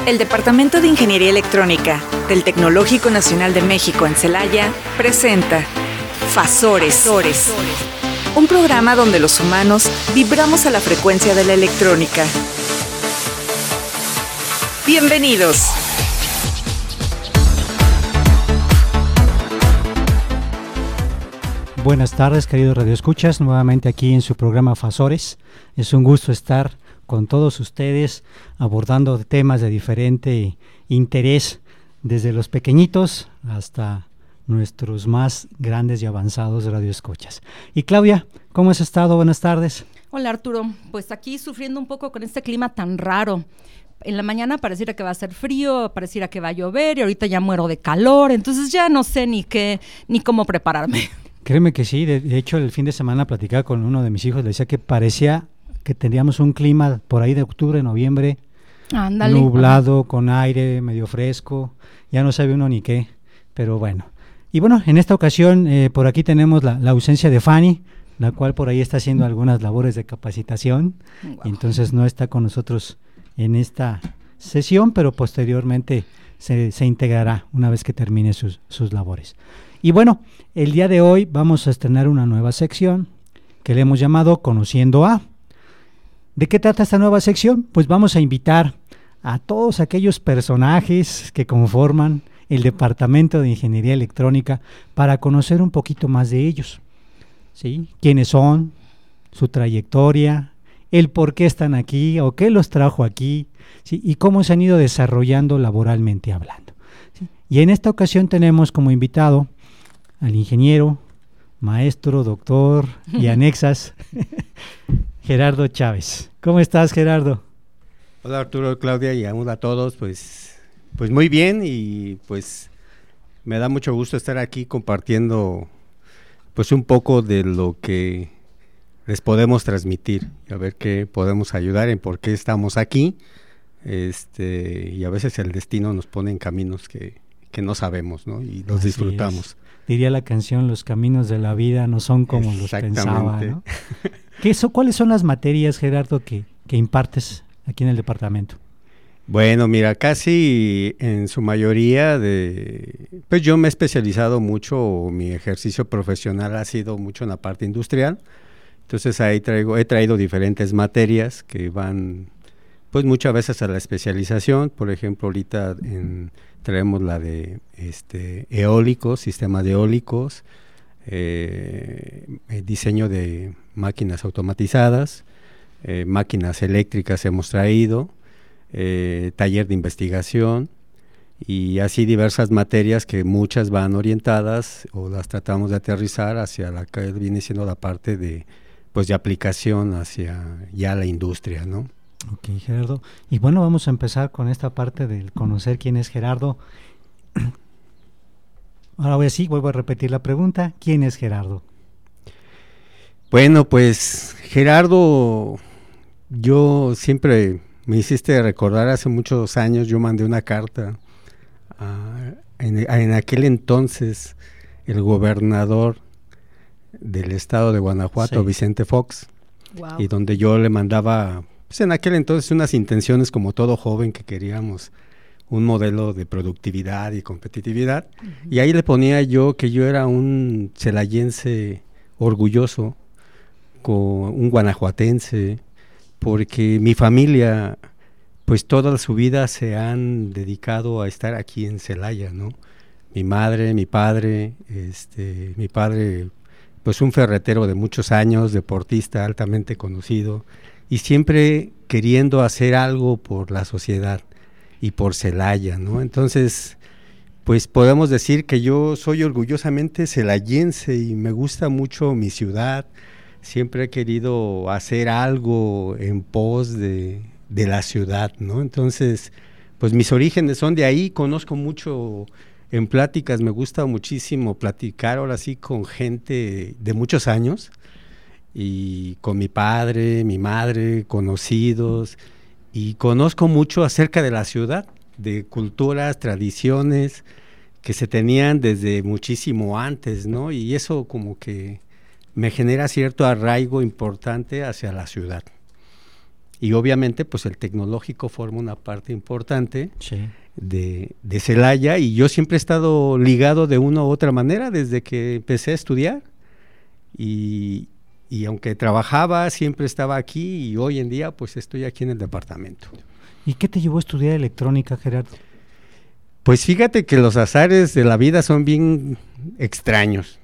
El Departamento de Ingeniería Electrónica del Tecnológico Nacional de México en Celaya presenta Fasores, un programa donde los humanos vibramos a la frecuencia de la electrónica. Bienvenidos. Buenas tardes, queridos radioescuchas, nuevamente aquí en su programa Fasores. Es un gusto estar con todos ustedes abordando temas de diferente interés, desde los pequeñitos hasta nuestros más grandes y avanzados radioescuchas. Y Claudia, ¿cómo has estado? Buenas tardes. Hola Arturo, pues aquí sufriendo un poco con este clima tan raro. En la mañana pareciera que va a ser frío, pareciera que va a llover y ahorita ya muero de calor, entonces ya no sé ni cómo prepararme. Créeme que sí, de hecho el fin de semana platicaba con uno de mis hijos, le decía que parecía que teníamos un clima por ahí de octubre, noviembre, Ándale. Nublado, con aire, medio fresco, ya no sabe uno ni qué, pero bueno. Y bueno, en esta ocasión por aquí tenemos la ausencia de Fanny, la cual por ahí está haciendo algunas labores de capacitación, Wow. Entonces no está con nosotros en esta sesión, pero posteriormente se integrará una vez que termine sus labores. Y bueno, el día de hoy vamos a estrenar una nueva sección que le hemos llamado Conociendo a. ¿De qué trata esta nueva sección? Pues vamos a invitar a todos aquellos personajes que conforman el Departamento de Ingeniería Electrónica para conocer un poquito más de ellos, ¿sí? ¿Quiénes son? Su trayectoria, el por qué están aquí o qué los trajo aquí, ¿sí? Y cómo se han ido desarrollando laboralmente hablando, ¿sí? Y en esta ocasión tenemos como invitado al ingeniero, maestro, doctor y anexas, Gerardo Chávez. ¿Cómo estás, Gerardo? Hola Arturo, Claudia y a todos, pues muy bien y pues me da mucho gusto estar aquí compartiendo pues un poco de lo que les podemos transmitir, a ver qué podemos ayudar, en por qué estamos aquí, y a veces el destino nos pone en caminos que no sabemos, ¿no? Y los disfrutamos. Diría la canción, los caminos de la vida no son como los pensaba, ¿no? ¿Cuáles son las materias, Gerardo, que impartes aquí en el departamento? Bueno, mira, casi en su mayoría pues yo me he especializado mucho, mi ejercicio profesional ha sido mucho en la parte industrial, entonces ahí he traído diferentes materias que van pues muchas veces a la especialización. Por ejemplo, ahorita traemos la de eólicos, sistemas de eólicos, diseño de máquinas automatizadas, máquinas eléctricas hemos traído, taller de investigación y así diversas materias que muchas van orientadas o las tratamos de aterrizar hacia la que viene siendo la parte de aplicación hacia ya la industria, ¿no? Ok, Gerardo. Y bueno, vamos a empezar con esta parte del conocer quién es Gerardo. Ahora vuelvo a repetir la pregunta. ¿Quién es Gerardo? Bueno, pues Gerardo, yo siempre me hiciste recordar hace muchos años, yo mandé una carta en aquel entonces el gobernador del estado de Guanajuato, sí, Vicente Fox, Wow. Y donde yo le mandaba, pues en aquel entonces unas intenciones como todo joven que queríamos un modelo de productividad y competitividad, y ahí le ponía yo que yo era un celayense orgulloso, un guanajuatense, porque mi familia pues toda su vida se han dedicado a estar aquí en Celaya, ¿no? Mi madre, mi padre pues un ferretero de muchos años, deportista altamente conocido y siempre queriendo hacer algo por la sociedad y por Celaya, ¿no? Entonces, pues podemos decir que yo soy orgullosamente celayense y me gusta mucho mi ciudad, siempre he querido hacer algo en pos de la ciudad, ¿no? Entonces, pues mis orígenes son de ahí, conozco mucho en pláticas, me gusta muchísimo platicar ahora sí con gente de muchos años y con mi padre, mi madre, conocidos, y conozco mucho acerca de la ciudad, de culturas, tradiciones que se tenían desde muchísimo antes, ¿no? Y eso como que me genera cierto arraigo importante hacia la ciudad. Y obviamente pues el tecnológico forma una parte importante Sí. de Celaya, y yo siempre he estado ligado de una u otra manera desde que empecé a estudiar, y aunque trabajaba siempre estaba aquí, y hoy en día pues estoy aquí en el departamento. ¿Y qué te llevó a estudiar electrónica, Gerardo? Pues fíjate que los azares de la vida son bien extraños.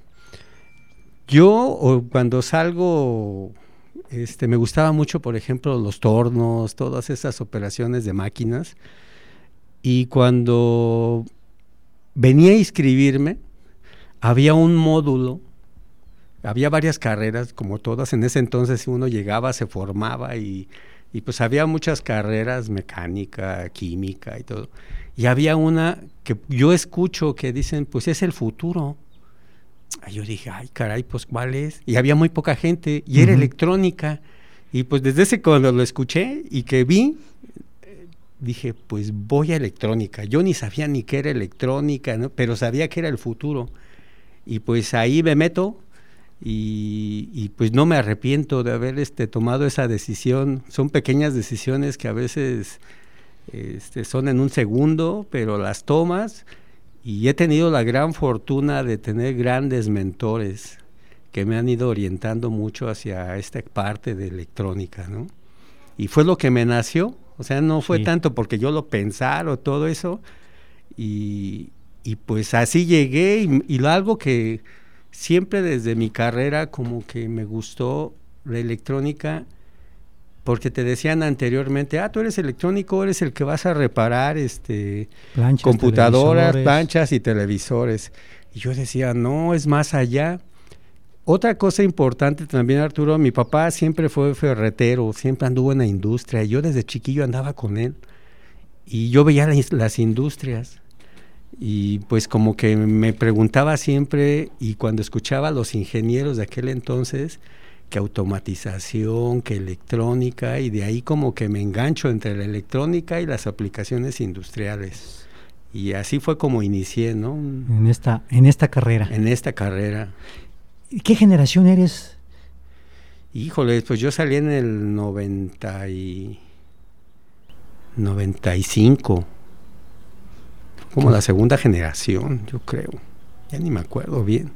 Cuando salgo, me gustaba mucho, por ejemplo, los tornos, todas esas operaciones de máquinas, y cuando venía a inscribirme, había un módulo, había varias carreras, como todas, en ese entonces uno llegaba, se formaba, y pues había muchas carreras, mecánica, química y todo, y había una que yo escucho que dicen, pues es el futuro. Yo dije, ay caray, pues ¿cuál es? Y había muy poca gente, y era electrónica, y pues desde ese cuando lo escuché y que vi, dije, pues voy a electrónica. Yo ni sabía ni qué era electrónica, ¿no? Pero sabía que era el futuro, y pues ahí me meto, y pues no me arrepiento de haber tomado esa decisión. Son pequeñas decisiones que a veces son en un segundo, pero las tomas. Y he tenido la gran fortuna de tener grandes mentores que me han ido orientando mucho hacia esta parte de electrónica, ¿no? Y fue lo que me nació, o sea, no fue tanto porque yo lo pensara o todo eso, y pues así llegué, y algo que siempre desde mi carrera como que me gustó la electrónica, porque te decían anteriormente, tú eres electrónico, eres el que vas a reparar Planchas, computadoras, planchas y televisores. Y yo decía, no, es más allá. Otra cosa importante también, Arturo, mi papá siempre fue ferretero, siempre anduvo en la industria, y yo desde chiquillo andaba con él, y yo veía las industrias, y pues como que me preguntaba siempre, y cuando escuchaba a los ingenieros de aquel entonces, que automatización, que electrónica, y de ahí como que me engancho entre la electrónica y las aplicaciones industriales. Y así fue como inicié, ¿no? En esta carrera. En esta carrera. ¿Qué generación eres? Híjole, pues yo salí en el 95. Como la segunda generación, yo creo. Ya ni me acuerdo bien.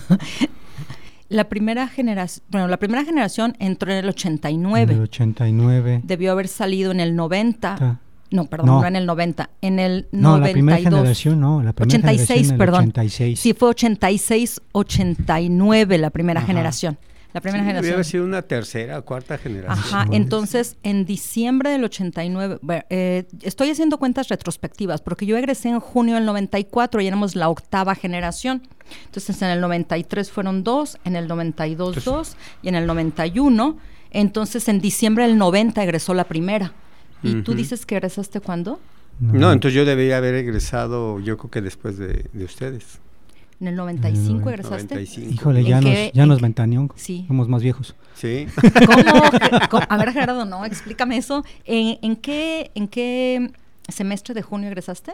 La primera generación entró en el 89. En el 89. Debió haber salido en el 90. No, perdón, no en el 90. En el 92. No, la primera generación no. La primera 86, generación perdón. 86. Sí, fue 86, 89 la primera generación. La primera generación. Debe haber sido una tercera o cuarta generación. Ajá, entonces en diciembre del 89, estoy haciendo cuentas retrospectivas porque yo egresé en junio del 94 y éramos la octava generación. Entonces en el 93 fueron 2, en el 92 2 y en el 91. Entonces en diciembre del 90 egresó la primera. ¿Y tú dices que egresaste cuándo? No, entonces yo debería haber egresado, yo creo que después de ustedes. ¿En el 95 egresaste? 95. Híjole, ya nos ventaneó. Sí. Somos más viejos. Sí. ¿Cómo? A ver, Gerardo, no, explícame eso. ¿En qué semestre de junio egresaste?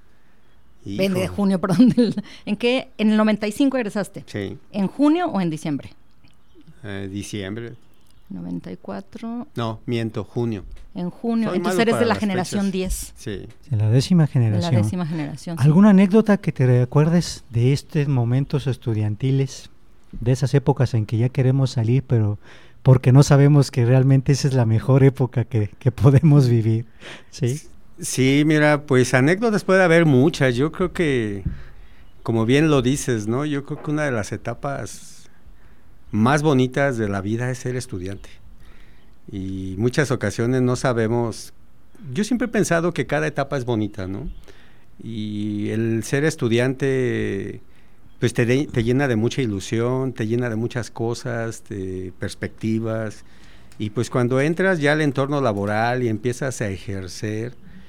De junio, perdón. ¿En el 95 egresaste? Sí. ¿En junio o en diciembre? Diciembre. 94. No, miento, junio. En junio. Soy Entonces malo eres de para la las generación fechas. 10. Sí. De la 10ª generación. De la 10ª generación. ¿Alguna anécdota que te recuerdes de estos momentos estudiantiles, de esas épocas en que ya queremos salir, pero porque no sabemos que realmente esa es la mejor época que podemos vivir? Sí. Sí, mira, pues anécdotas puede haber muchas. Yo creo que, como bien lo dices, ¿no? Yo creo que una de las etapas más bonitas de la vida es ser estudiante. Y muchas ocasiones no sabemos. Yo siempre he pensado que cada etapa es bonita, ¿no? Y el ser estudiante, pues te llena de mucha ilusión, te llena de muchas cosas, de perspectivas. Y pues cuando entras ya al entorno laboral y empiezas a ejercer,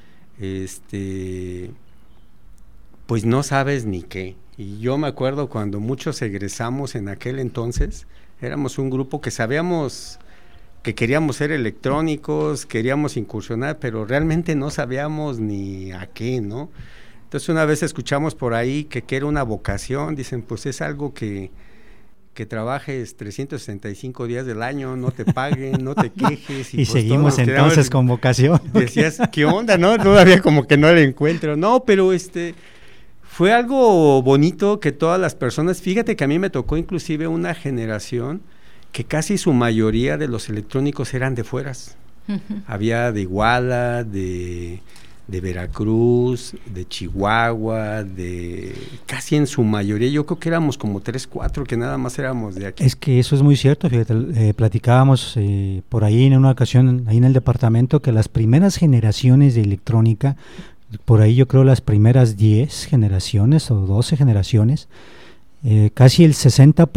pues no sabes ni qué. Y yo me acuerdo cuando muchos egresamos en aquel entonces, éramos un grupo que sabíamos que queríamos ser electrónicos, queríamos incursionar, pero realmente no sabíamos ni a qué, ¿no? Entonces una vez escuchamos por ahí que era una vocación, dicen, pues es algo que que trabajes 365 días del año, no te paguen, no te quejes. Y pues seguimos entonces con vocación. Decías, ¿qué onda, no? Todavía como que no le encuentro. No, pero fue algo bonito que todas las personas, fíjate que a mí me tocó inclusive una generación que casi su mayoría de los electrónicos eran de fueras. Había de Iguala, de Veracruz, de Chihuahua, casi en su mayoría, yo creo que éramos como 3, 4 que nada más éramos de aquí. Es que eso es muy cierto, fíjate, platicábamos por ahí en una ocasión, ahí en el departamento, que las primeras generaciones de electrónica, por ahí yo creo las primeras 10 generaciones o 12 generaciones, casi el 60%,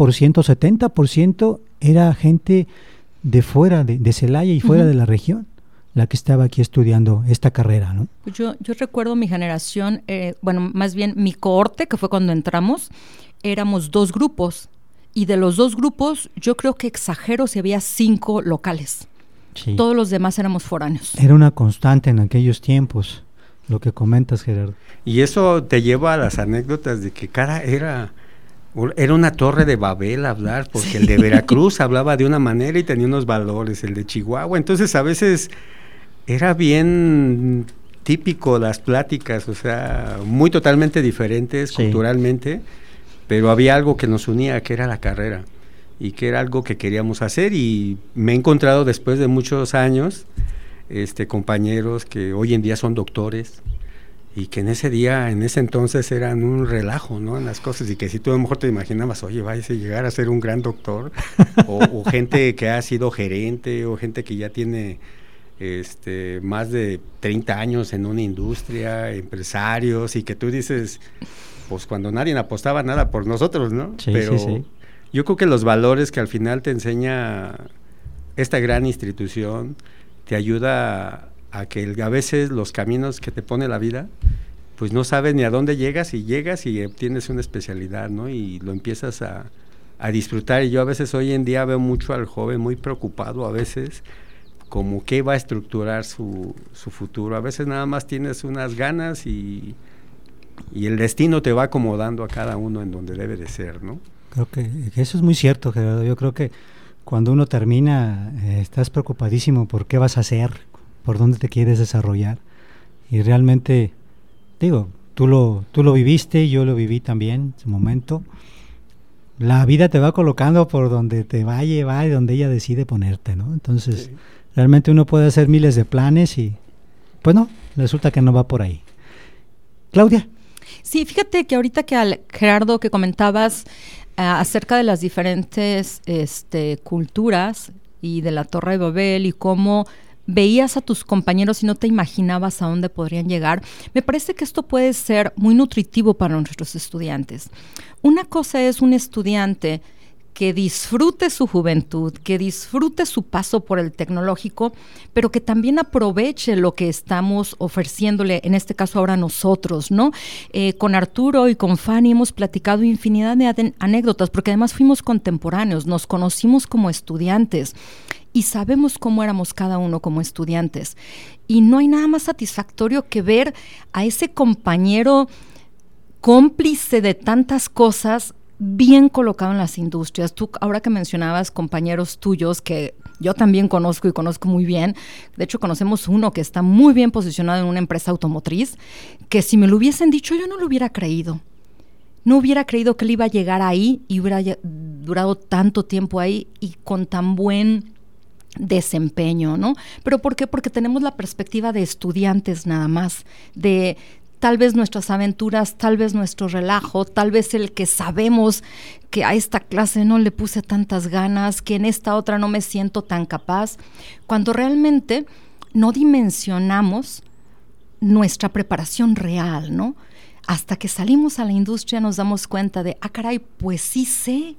70% era gente de fuera, de Celaya y fuera de la región, la que estaba aquí estudiando esta carrera, ¿no? Pues yo recuerdo mi generación, bueno, más bien mi cohorte, que fue cuando entramos, éramos 2 grupos, y de los 2 grupos, yo creo que exagero si había 5 locales. Sí. Todos los demás éramos foráneos. Era una constante en aquellos tiempos, lo que comentas, Gerardo. Y eso te lleva a las anécdotas de que era una torre de Babel hablar, porque el de Veracruz hablaba de una manera y tenía unos valores, el de Chihuahua, entonces a veces era bien típico las pláticas, o sea, muy totalmente diferentes culturalmente, pero había algo que nos unía, que era la carrera, y que era algo que queríamos hacer, y me he encontrado después de muchos años, compañeros que hoy en día son doctores, y que en ese entonces eran un relajo, ¿no? En las cosas, y que si tú a lo mejor te imaginabas, oye, vaya a llegar a ser un gran doctor, o gente que ha sido gerente, o gente que ya tiene más de 30 años en una industria, empresarios, y que tú dices, pues cuando nadie apostaba nada por nosotros, ¿no? Sí, pero sí. Yo creo que los valores que al final te enseña esta gran institución, te ayuda a que a veces los caminos que te pone la vida, pues no sabes ni a dónde llegas y obtienes una especialidad, ¿no? Y lo empiezas a disfrutar. Y yo a veces hoy en día veo mucho al joven muy preocupado a veces, como qué va a estructurar su futuro. A veces nada más tienes unas ganas y el destino te va acomodando a cada uno en donde debe de ser, ¿no? Creo que eso es muy cierto, Gerardo. Yo creo que cuando uno termina, estás preocupadísimo por qué vas a hacer, por dónde te quieres desarrollar, y realmente, digo, tú lo viviste, yo lo viví también en su momento. La vida te va colocando por donde te va a llevar y donde ella decide ponerte, ¿no? Entonces, realmente uno puede hacer miles de planes y, pues no, resulta que no va por ahí. Claudia. Sí, fíjate que ahorita que Gerardo, que comentabas acerca de las diferentes culturas y de la Torre de Babel y cómo veías a tus compañeros y no te imaginabas a dónde podrían llegar, me parece que esto puede ser muy nutritivo para nuestros estudiantes. Una cosa es un estudiante que disfrute su juventud, que disfrute su paso por el tecnológico, pero que también aproveche lo que estamos ofreciéndole, en este caso ahora nosotros, ¿no? Con Arturo y con Fanny hemos platicado infinidad de anécdotas, porque además fuimos contemporáneos, nos conocimos como estudiantes y sabemos cómo éramos cada uno como estudiantes. Y no hay nada más satisfactorio que ver a ese compañero cómplice de tantas cosas, bien colocado en las industrias. Tú, ahora que mencionabas compañeros tuyos, que yo también conozco y conozco muy bien, de hecho conocemos uno que está muy bien posicionado en una empresa automotriz, que si me lo hubiesen dicho yo no lo hubiera creído. No hubiera creído que él iba a llegar ahí y hubiera durado tanto tiempo ahí y con tan buen desempeño, ¿no? ¿Pero por qué? Porque tenemos la perspectiva de estudiantes nada más, de tal vez nuestras aventuras, tal vez nuestro relajo, tal vez el que sabemos que a esta clase no le puse tantas ganas, que en esta otra no me siento tan capaz, cuando realmente no dimensionamos nuestra preparación real, ¿no? Hasta que salimos a la industria nos damos cuenta de, caray, pues sí sé.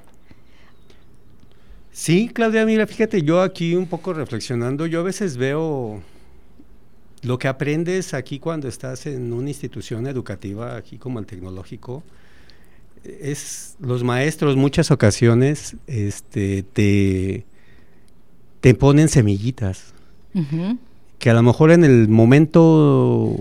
Sí, Claudia, mira, fíjate, yo aquí un poco reflexionando, yo a veces veo lo que aprendes aquí cuando estás en una institución educativa, aquí como el tecnológico, es los maestros muchas ocasiones te ponen semillitas, que a lo mejor en el momento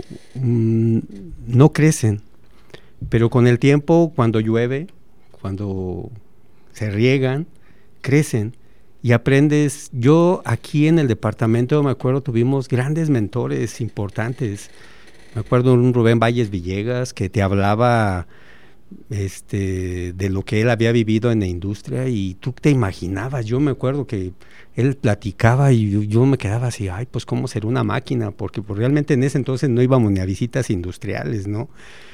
no crecen, pero con el tiempo, cuando llueve, cuando se riegan, crecen y aprendes. Yo aquí en el departamento, me acuerdo, tuvimos grandes mentores importantes. Me acuerdo de un Rubén Valles Villegas que te hablaba de lo que él había vivido en la industria y tú te imaginabas. Yo me acuerdo que él platicaba y yo me quedaba así, ay, pues cómo será una máquina, porque pues, realmente en ese entonces no íbamos ni a visitas industriales, ¿no?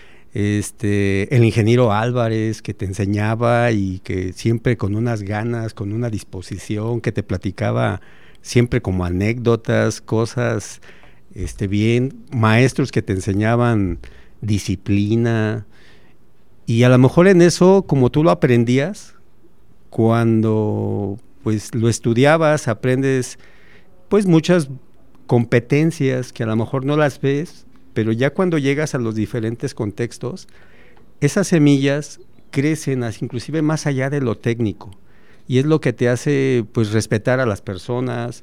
El ingeniero Álvarez que te enseñaba y que siempre con unas ganas, con una disposición, que te platicaba siempre como anécdotas, cosas bien, maestros que te enseñaban disciplina, y a lo mejor en eso, como tú lo aprendías, cuando pues lo estudiabas, aprendes pues muchas competencias que a lo mejor no las ves, pero ya cuando llegas a los diferentes contextos, esas semillas crecen inclusive más allá de lo técnico, y es lo que te hace pues respetar a las personas,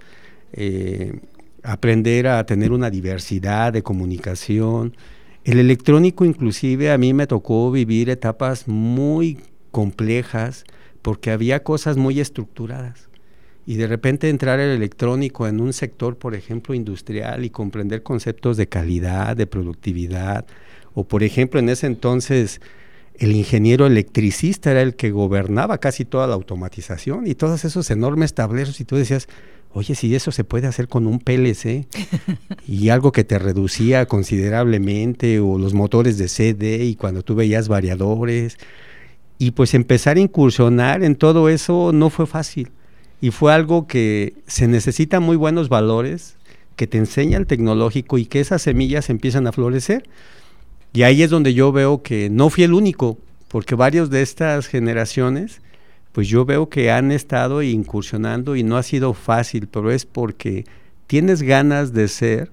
aprender a tener una diversidad de comunicación. El electrónico inclusive a mí me tocó vivir etapas muy complejas porque había cosas muy estructuradas. Y de repente entrar el electrónico en un sector, por ejemplo, industrial y comprender conceptos de calidad, de productividad, o por ejemplo en ese entonces el ingeniero electricista era el que gobernaba casi toda la automatización y todos esos enormes tableros y tú decías, oye, si eso se puede hacer con un PLC y algo que te reducía considerablemente, o los motores de CD y cuando tú veías variadores, y pues empezar a incursionar en todo eso no fue fácil. Y fue algo que se necesitan muy buenos valores, que te enseña el tecnológico y que esas semillas empiezan a florecer. Y ahí es donde yo veo que no fui el único, porque varios de estas generaciones, pues yo veo que han estado incursionando y no ha sido fácil, pero es porque tienes ganas de ser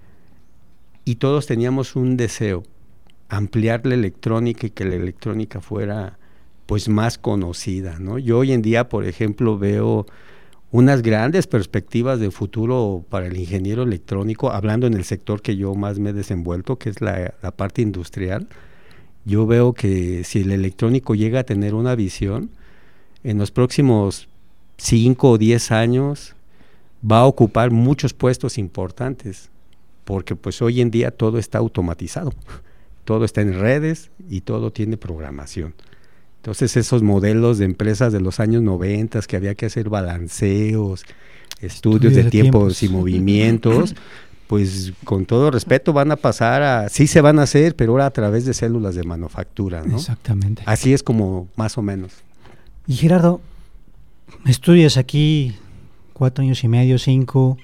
y todos teníamos un deseo, ampliar la electrónica y que la electrónica fuera pues más conocida, ¿no? Yo hoy en día, por ejemplo, veo unas grandes perspectivas de futuro para el ingeniero electrónico, hablando en el sector que yo más me he desenvuelto, que es la parte industrial. Yo veo que si el electrónico llega a tener una visión, en los próximos 5 o 10 años va a ocupar muchos puestos importantes, porque pues hoy en día todo está automatizado, todo está en redes y todo tiene programación. Entonces esos modelos de empresas de los años 90 que había que hacer balanceos, estudios de tiempos y movimientos, pues con todo respeto van a pasar sí se van a hacer, pero ahora a través de células de manufactura, ¿no? Exactamente. Así es como más o menos. Y Gerardo, estudias aquí 4 años y medio, 5,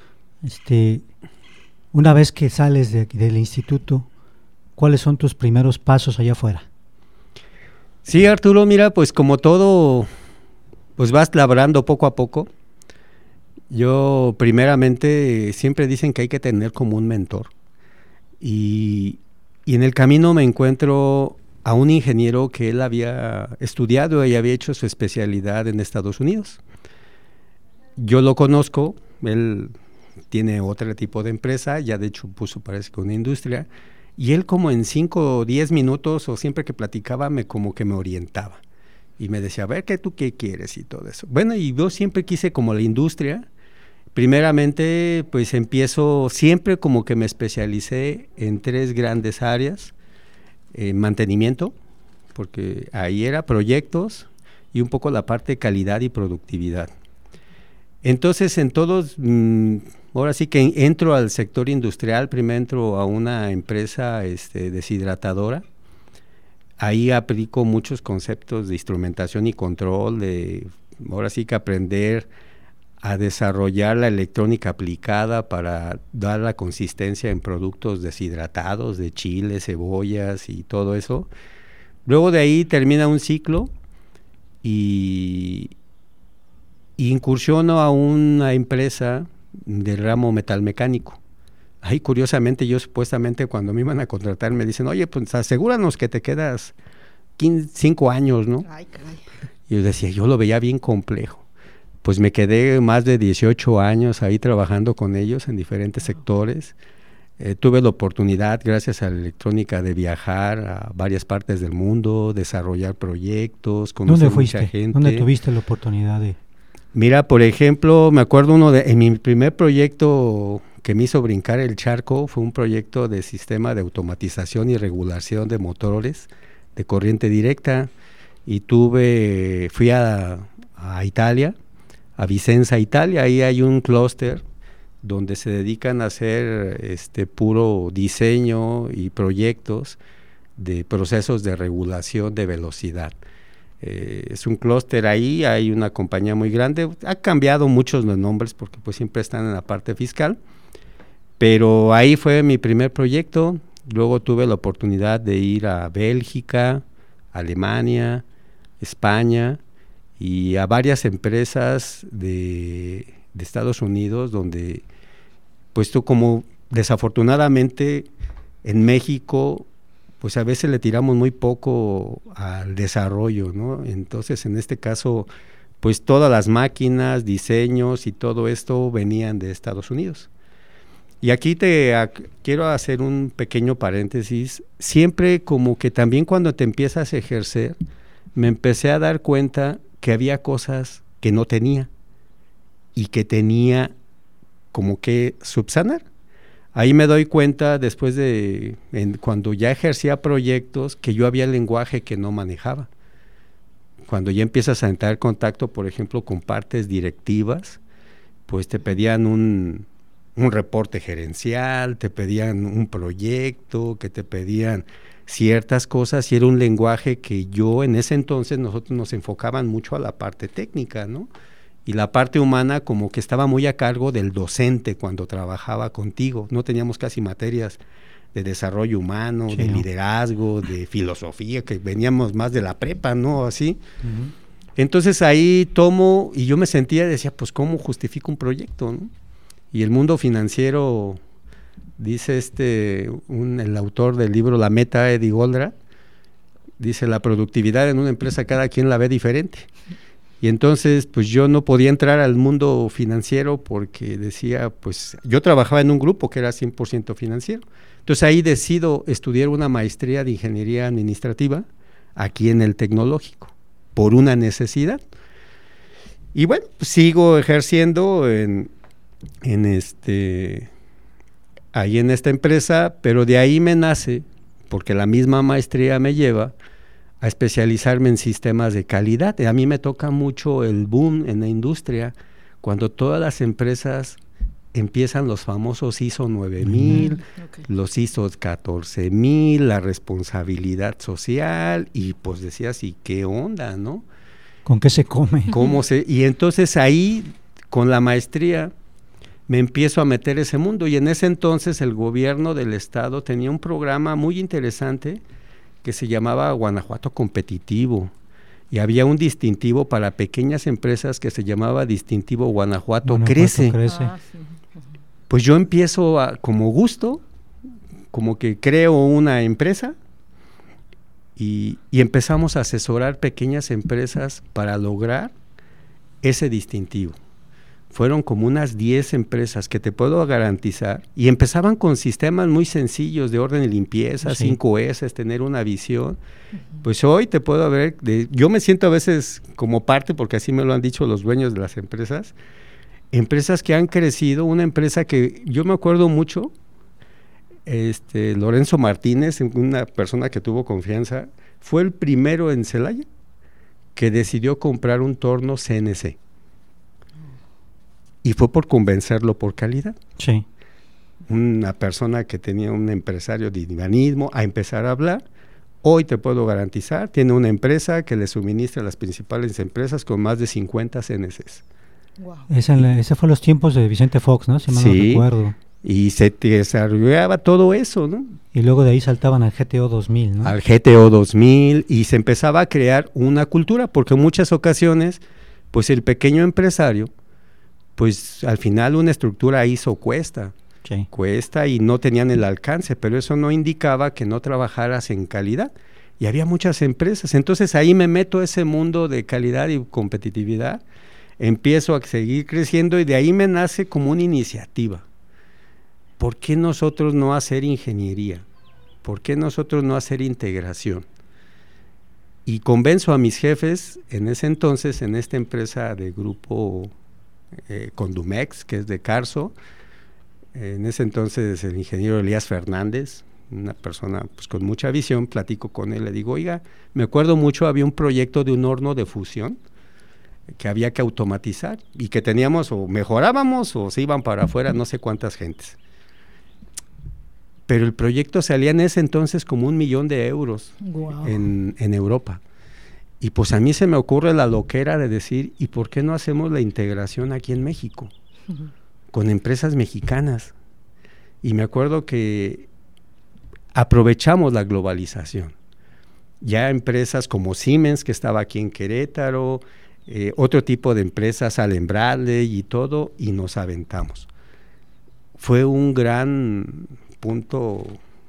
una vez que sales del instituto, ¿cuáles son tus primeros pasos allá afuera? Sí, Arturo, mira, pues como todo, pues vas labrando poco a poco. Yo primeramente siempre dicen que hay que tener como un mentor. Y en el camino me encuentro a un ingeniero que él había estudiado y había hecho su especialidad en Estados Unidos. Yo lo conozco, él tiene otro tipo de empresa, ya de hecho parece que una industria, y él como en 5 o 10 minutos o siempre que platicaba como que me orientaba y me decía, a ver, ¿tú qué quieres? Y todo eso. Bueno, y yo siempre quise como la industria. Primeramente, pues empiezo, siempre como que me especialicé en 3 grandes áreas. Mantenimiento, porque ahí era proyectos y un poco la parte de calidad y productividad. Entonces, en todos, ahora sí que entro al sector industrial, primero entro a una empresa deshidratadora. Ahí aplico muchos conceptos de instrumentación y control, ahora sí que aprender a desarrollar la electrónica aplicada para dar la consistencia en productos deshidratados, de chiles, cebollas y todo eso. Luego de ahí termina un ciclo y incursiono a una empresa del ramo metalmecánico. Ahí curiosamente yo supuestamente cuando me iban a contratar me dicen, oye, pues asegúranos que te quedas 5 años, ¿no? Ay, caray. Y yo decía, yo lo veía bien complejo. Pues me quedé más de 18 años ahí trabajando con ellos en diferentes sectores. Tuve la oportunidad, gracias a la electrónica, de viajar a varias partes del mundo, desarrollar proyectos, conocer mucha gente. ¿Dónde tuviste la oportunidad de...? Mira, por ejemplo, me acuerdo en mi primer proyecto que me hizo brincar el charco, fue un proyecto de sistema de automatización y regulación de motores de corriente directa, y fui a Italia, a Vicenza, Italia. Ahí hay un clúster donde se dedican a hacer puro diseño y proyectos de procesos de regulación de velocidad. Es un clúster ahí, hay una compañía muy grande, ha cambiado muchos los nombres porque pues siempre están en la parte fiscal, pero ahí fue mi primer proyecto. Luego tuve la oportunidad de ir a Bélgica, Alemania, España y a varias empresas de Estados Unidos, donde pues tú, como desafortunadamente en México pues a veces le tiramos muy poco al desarrollo, ¿no? Entonces en este caso pues todas las máquinas, diseños y todo esto venían de Estados Unidos. Y aquí quiero hacer un pequeño paréntesis. Siempre como que también cuando te empiezas a ejercer, me empecé a dar cuenta que había cosas que no tenía y que tenía como que subsanar. Ahí me doy cuenta después cuando ya ejercía proyectos, que yo había lenguaje que no manejaba. Cuando ya empiezas a entrar en contacto, por ejemplo, con partes directivas, pues te pedían un reporte gerencial, te pedían un proyecto, que te pedían ciertas cosas, y era un lenguaje que yo en ese entonces nosotros nos enfocaban mucho a la parte técnica, ¿no? Y la parte humana como que estaba muy a cargo del docente cuando trabajaba contigo. No teníamos casi materias de desarrollo humano, sí, de liderazgo, de filosofía, que veníamos más de la prepa, ¿no? Así. Uh-huh. Entonces ahí tomo, y yo me sentía, decía, pues ¿cómo justifico un proyecto, no? Y el mundo financiero, dice el autor del libro La Meta, Eddie Goldratt, dice, la productividad en una empresa cada quien la ve diferente. Y entonces pues yo no podía entrar al mundo financiero porque decía, pues yo trabajaba en un grupo que era 100% financiero. Entonces ahí decido estudiar una maestría de ingeniería administrativa aquí en el Tecnológico, por una necesidad. Y bueno, pues sigo ejerciendo ahí en esta empresa, pero de ahí me nace, porque la misma maestría me lleva a especializarme en sistemas de calidad. A mí me toca mucho el boom en la industria, cuando todas las empresas empiezan los famosos ISO 9000, okay, los ISO 14000, la responsabilidad social, y pues decías, ¿y qué onda, no? ¿Con qué se come? Y entonces ahí, con la maestría, me empiezo a meter ese mundo, y en ese entonces el gobierno del estado tenía un programa muy interesante que se llamaba Guanajuato Competitivo, y había un distintivo para pequeñas empresas que se llamaba Distintivo Guanajuato Crece. Sí. Pues yo empiezo como gusto, como que creo una empresa, y empezamos a asesorar pequeñas empresas para lograr ese distintivo. Fueron como unas 10 empresas que te puedo garantizar, y empezaban con sistemas muy sencillos de orden y limpieza, sí, 5S, tener una visión. Uh-huh. Pues hoy te puedo ver, yo me siento a veces como parte, porque así me lo han dicho los dueños de las empresas que han crecido. Una empresa que yo me acuerdo mucho, Lorenzo Martínez, una persona que tuvo confianza, fue el primero en Celaya que decidió comprar un torno CNC. Y fue por convencerlo por calidad. Sí. Una persona que tenía un empresario de dinamismo a empezar a hablar. Hoy te puedo garantizar, tiene una empresa que le suministra a las principales empresas con más de 50 CNCs. Wow. Ese fue los tiempos de Vicente Fox, ¿no? Si mal no recuerdo. Y se desarrollaba todo eso, ¿no? Y luego de ahí saltaban al GTO 2000, ¿no? Al GTO 2000, y se empezaba a crear una cultura, porque en muchas ocasiones, pues el pequeño empresario, pues al final una estructura ISO cuesta, sí, cuesta, y no tenían el alcance, pero eso no indicaba que no trabajaras en calidad, y había muchas empresas. Entonces ahí me meto a ese mundo de calidad y competitividad, empiezo a seguir creciendo, y de ahí me nace como una iniciativa. ¿por qué nosotros no hacer ingeniería? ¿Por qué nosotros no hacer integración? Y convenzo a mis jefes en ese entonces, en esta empresa de grupo Condumex, que es de Carso, en ese entonces el ingeniero Elías Fernández, una persona pues con mucha visión, platico con él, le digo, oiga, me acuerdo mucho, había un proyecto de un horno de fusión que había que automatizar y que teníamos o mejorábamos o se iban para afuera no sé cuántas gentes. Pero el proyecto salía en ese entonces como 1 millón de euros Wow. en Europa. Y pues a mí se me ocurre la loquera de decir, ¿y por qué no hacemos la integración aquí en México? Con empresas mexicanas. Y me acuerdo que aprovechamos la globalización. Ya empresas como Siemens, que estaba aquí en Querétaro, otro tipo de empresas, Allen Bradley y todo, y nos aventamos. Fue un gran punto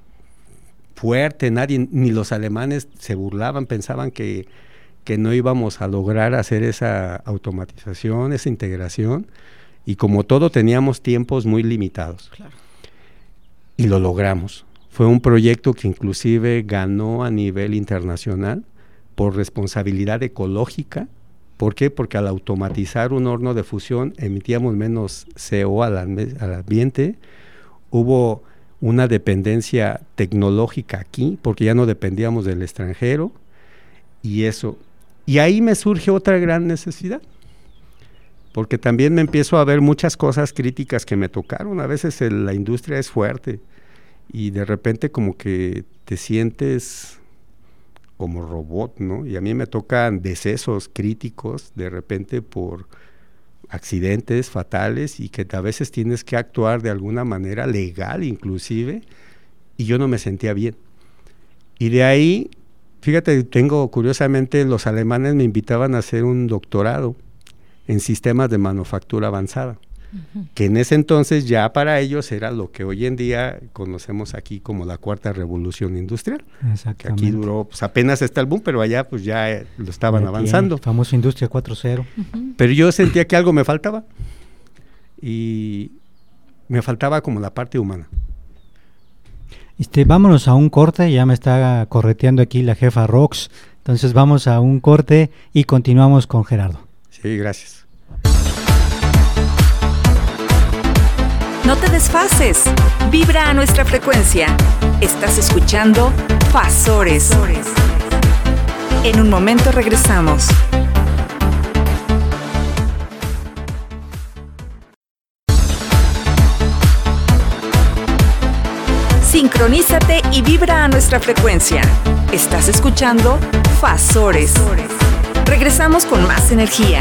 fuerte, nadie, ni los alemanes se burlaban, pensaban que no íbamos a lograr hacer esa automatización, esa integración, y como todo teníamos tiempos muy limitados. Claro. Y lo logramos. Fue un proyecto que inclusive ganó a nivel internacional por responsabilidad ecológica. ¿Por qué? Porque al automatizar un horno de fusión emitíamos menos CO al ambiente, hubo una dependencia tecnológica aquí, porque ya no dependíamos del extranjero, y eso. Y ahí me surge otra gran necesidad, porque también me empiezo a ver muchas cosas críticas que me tocaron. A veces la industria es fuerte, y de repente como que te sientes como robot, ¿no? Y a mí me tocan decesos críticos de repente por accidentes fatales y que a veces tienes que actuar de alguna manera legal inclusive, y yo no me sentía bien. Y de ahí, fíjate, curiosamente, los alemanes me invitaban a hacer un doctorado en sistemas de manufactura avanzada, que en ese entonces ya para ellos era lo que hoy en día conocemos aquí como la cuarta revolución industrial. Que aquí duró, pues apenas está el boom, pero allá pues ya lo estaban avanzando. El famoso Industria 4.0. Pero yo sentía que algo me faltaba, y me faltaba como la parte humana. Vámonos a un corte, ya me está correteando aquí la jefa Rox, entonces vamos a un corte y continuamos con Gerardo. Sí, gracias. No te desfases, vibra a nuestra frecuencia. Estás escuchando Fasores. En un momento regresamos. Sincronízate y vibra a nuestra frecuencia. Estás escuchando Fasores. Regresamos con más energía.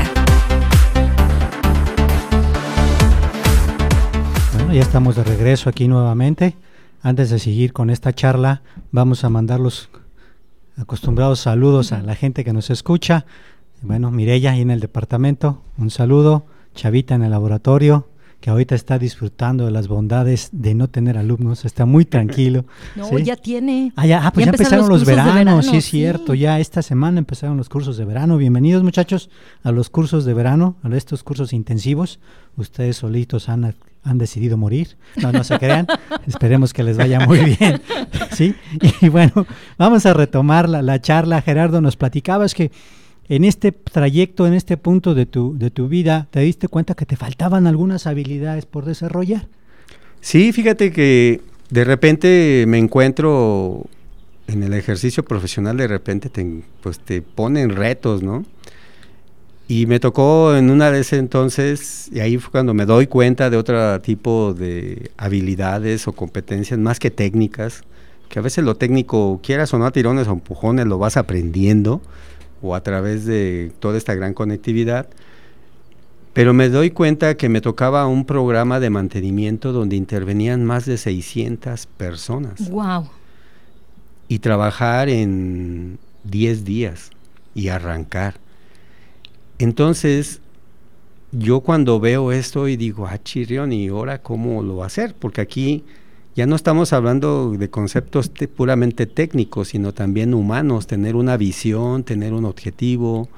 Bueno, ya estamos de regreso aquí nuevamente. Antes de seguir con esta charla, vamos a mandar los acostumbrados saludos a la gente que nos escucha. Bueno, Mireya ahí en el departamento, un saludo. Chavita en el laboratorio, que ahorita está disfrutando de las bondades de no tener alumnos, está muy tranquilo. No, ¿sí? ya tiene. Pues ya empezaron los veranos, sí es sí. cierto, ya esta semana empezaron los cursos de verano. Bienvenidos muchachos a los cursos de verano, a estos cursos intensivos. Ustedes solitos han decidido morir, no se crean, esperemos que les vaya muy bien, ¿sí? Y bueno, vamos a retomar la charla. Gerardo, nos platicabas que en este trayecto, en este punto de tu vida, ¿te diste cuenta que te faltaban algunas habilidades por desarrollar? Sí, fíjate que de repente me encuentro en el ejercicio profesional, de repente te ponen retos, ¿no? Y me tocó en una de ese entonces, y ahí fue cuando me doy cuenta de otro tipo de habilidades o competencias más que técnicas, que a veces lo técnico, quieras o no a tirones o empujones, lo vas aprendiendo, o a través de toda esta gran conectividad, pero me doy cuenta que me tocaba un programa de mantenimiento donde intervenían más de 600 personas. Wow. Y trabajar en 10 días y arrancar. Entonces, yo cuando veo esto y digo, chirrión, ¿y ahora cómo lo va a hacer? Porque aquí ya no estamos hablando de conceptos puramente técnicos, sino también humanos, tener una visión, tener un objetivo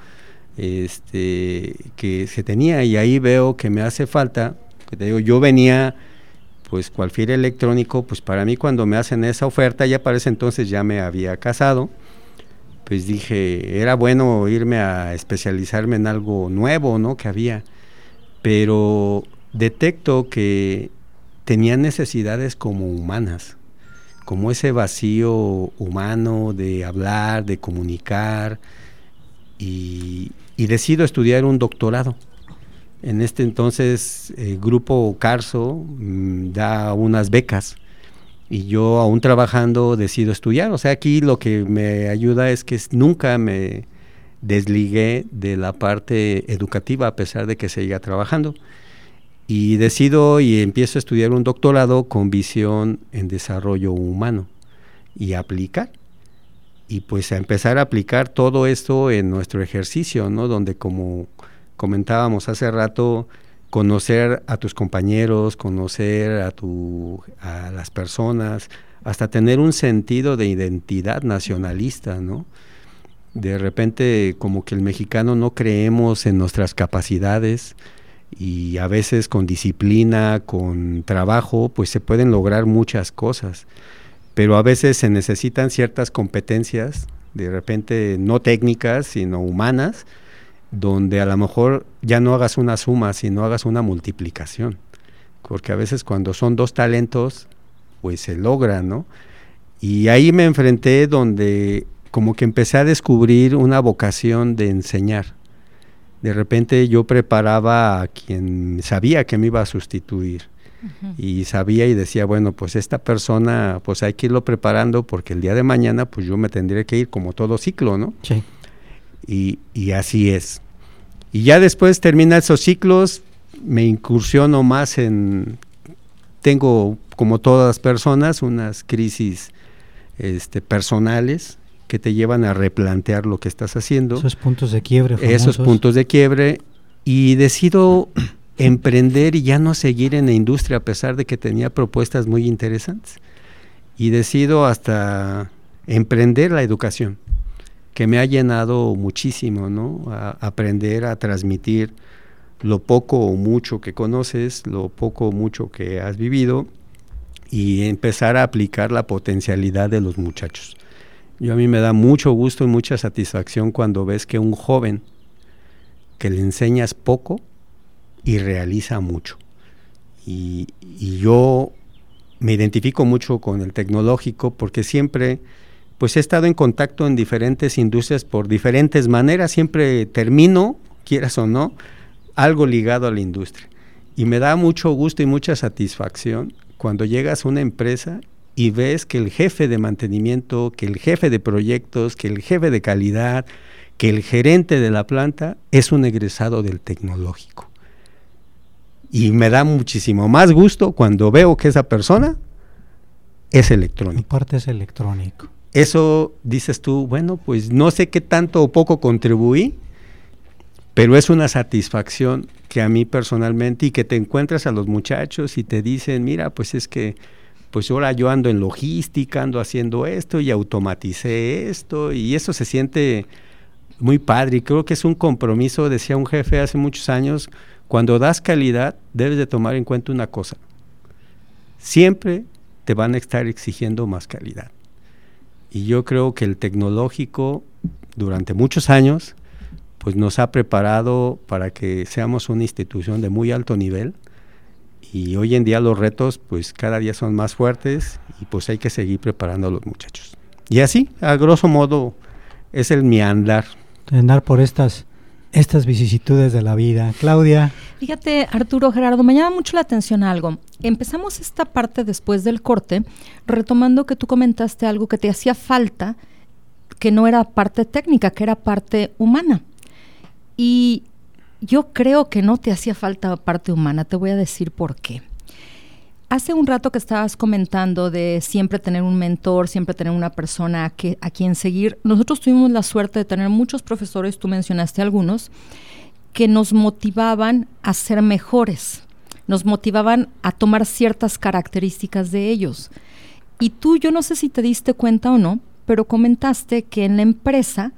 que se tenía, y ahí veo que me hace falta, que te digo, yo venía pues cualquier electrónico, pues para mí cuando me hacen esa oferta, ya para ese entonces ya me había casado, pues dije, era bueno irme a especializarme en algo nuevo, ¿no? Que había, pero detecto que tenía necesidades como humanas, como ese vacío humano de hablar, de comunicar, y decido estudiar un doctorado. En este entonces el grupo Carso da unas becas y yo aún trabajando decido estudiar. O sea, aquí lo que me ayuda es que nunca me desligué de la parte educativa a pesar de que seguía trabajando. Y decido y empiezo a estudiar un doctorado con visión en desarrollo humano y aplicar. Y pues a empezar a aplicar todo esto en nuestro ejercicio, ¿no? Donde, como comentábamos hace rato, conocer a tus compañeros, conocer a las personas, hasta tener un sentido de identidad nacionalista, ¿no? De repente como que el mexicano no creemos en nuestras capacidades, y a veces con disciplina, con trabajo, pues se pueden lograr muchas cosas, pero a veces se necesitan ciertas competencias, de repente no técnicas, sino humanas, donde a lo mejor ya no hagas una suma, sino hagas una multiplicación, porque a veces cuando son dos talentos, pues se logra, ¿no? Y ahí me enfrenté donde como que empecé a descubrir una vocación de enseñar. De repente yo preparaba a quien sabía que me iba a sustituir, y sabía y decía, bueno, pues esta persona, pues hay que irlo preparando porque el día de mañana pues yo me tendré que ir como todo ciclo, ¿no? Sí. Y así es. Y ya después termina esos ciclos, me incursiono más tengo como todas las personas unas crisis personales que te llevan a replantear lo que estás haciendo. Esos puntos de quiebre famosos. Esos puntos de quiebre, y decido emprender y ya no seguir en la industria a pesar de que tenía propuestas muy interesantes. Y decido hasta emprender la educación, que me ha llenado muchísimo, ¿no? A aprender a transmitir lo poco o mucho que conoces, lo poco o mucho que has vivido, y empezar a aplicar la potencialidad de los muchachos. A mí me da mucho gusto y mucha satisfacción cuando ves que un joven que le enseñas poco y realiza mucho. Y yo me identifico mucho con el tecnológico porque siempre pues he estado en contacto en diferentes industrias por diferentes maneras, siempre termino, quieras o no, algo ligado a la industria. Y me da mucho gusto y mucha satisfacción cuando llegas a una empresa y ves que el jefe de mantenimiento, que el jefe de proyectos, que el jefe de calidad, que el gerente de la planta es un egresado del tecnológico. Y me da muchísimo más gusto cuando veo que esa persona es electrónico. Aparte es electrónico. Eso dices tú, bueno, pues no sé qué tanto o poco contribuí, pero es una satisfacción que a mí personalmente, y que te encuentras a los muchachos y te dicen, mira, pues es que pues ahora yo ando en logística, ando haciendo esto y automaticé esto, y eso se siente muy padre, y creo que es un compromiso. Decía un jefe hace muchos años, cuando das calidad debes de tomar en cuenta una cosa, siempre te van a estar exigiendo más calidad, y yo creo que el tecnológico durante muchos años pues nos ha preparado para que seamos una institución de muy alto nivel. Y hoy en día los retos pues cada día son más fuertes, y pues hay que seguir preparando a los muchachos. Y así, a grosso modo, es mi andar. Andar por estas vicisitudes de la vida. Claudia. Fíjate, Arturo, Gerardo, me llama mucho la atención algo. Empezamos esta parte después del corte, retomando que tú comentaste algo que te hacía falta, que no era parte técnica, que era parte humana. Y yo creo que no te hacía falta parte humana, te voy a decir por qué. Hace un rato que estabas comentando de siempre tener un mentor, siempre tener una persona a quien seguir. Nosotros tuvimos la suerte de tener muchos profesores, tú mencionaste algunos, que nos motivaban a ser mejores, nos motivaban a tomar ciertas características de ellos. Y tú, yo no sé si te diste cuenta o no, pero comentaste que en la empresa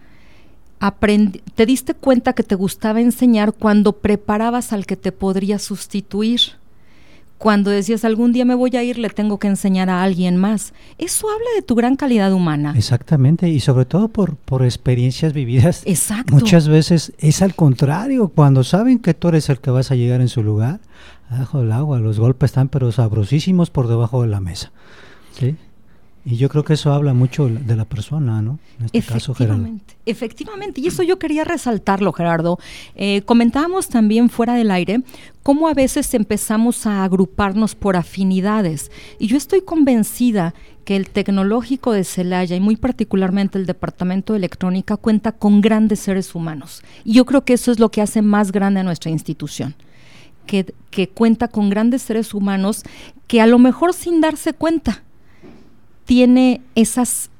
te diste cuenta que te gustaba enseñar cuando preparabas al que te podría sustituir. Cuando decías, algún día me voy a ir, le tengo que enseñar a alguien más. Eso habla de tu gran calidad humana. Exactamente, y sobre todo por experiencias vividas. Exacto. Muchas veces es al contrario, cuando saben que tú eres el que vas a llegar en su lugar, bajo el agua, los golpes están pero sabrosísimos por debajo de la mesa. ¿Sí? Y yo creo que eso habla mucho de la persona, ¿no? En este caso, Gerardo. Efectivamente, y eso yo quería resaltarlo, Gerardo. Comentábamos también fuera del aire cómo a veces empezamos a agruparnos por afinidades. Y yo estoy convencida que el Tecnológico de Celaya, y muy particularmente el Departamento de Electrónica, cuenta con grandes seres humanos. Y yo creo que eso es lo que hace más grande a nuestra institución. Que cuenta con grandes seres humanos que a lo mejor sin darse cuenta tiene esas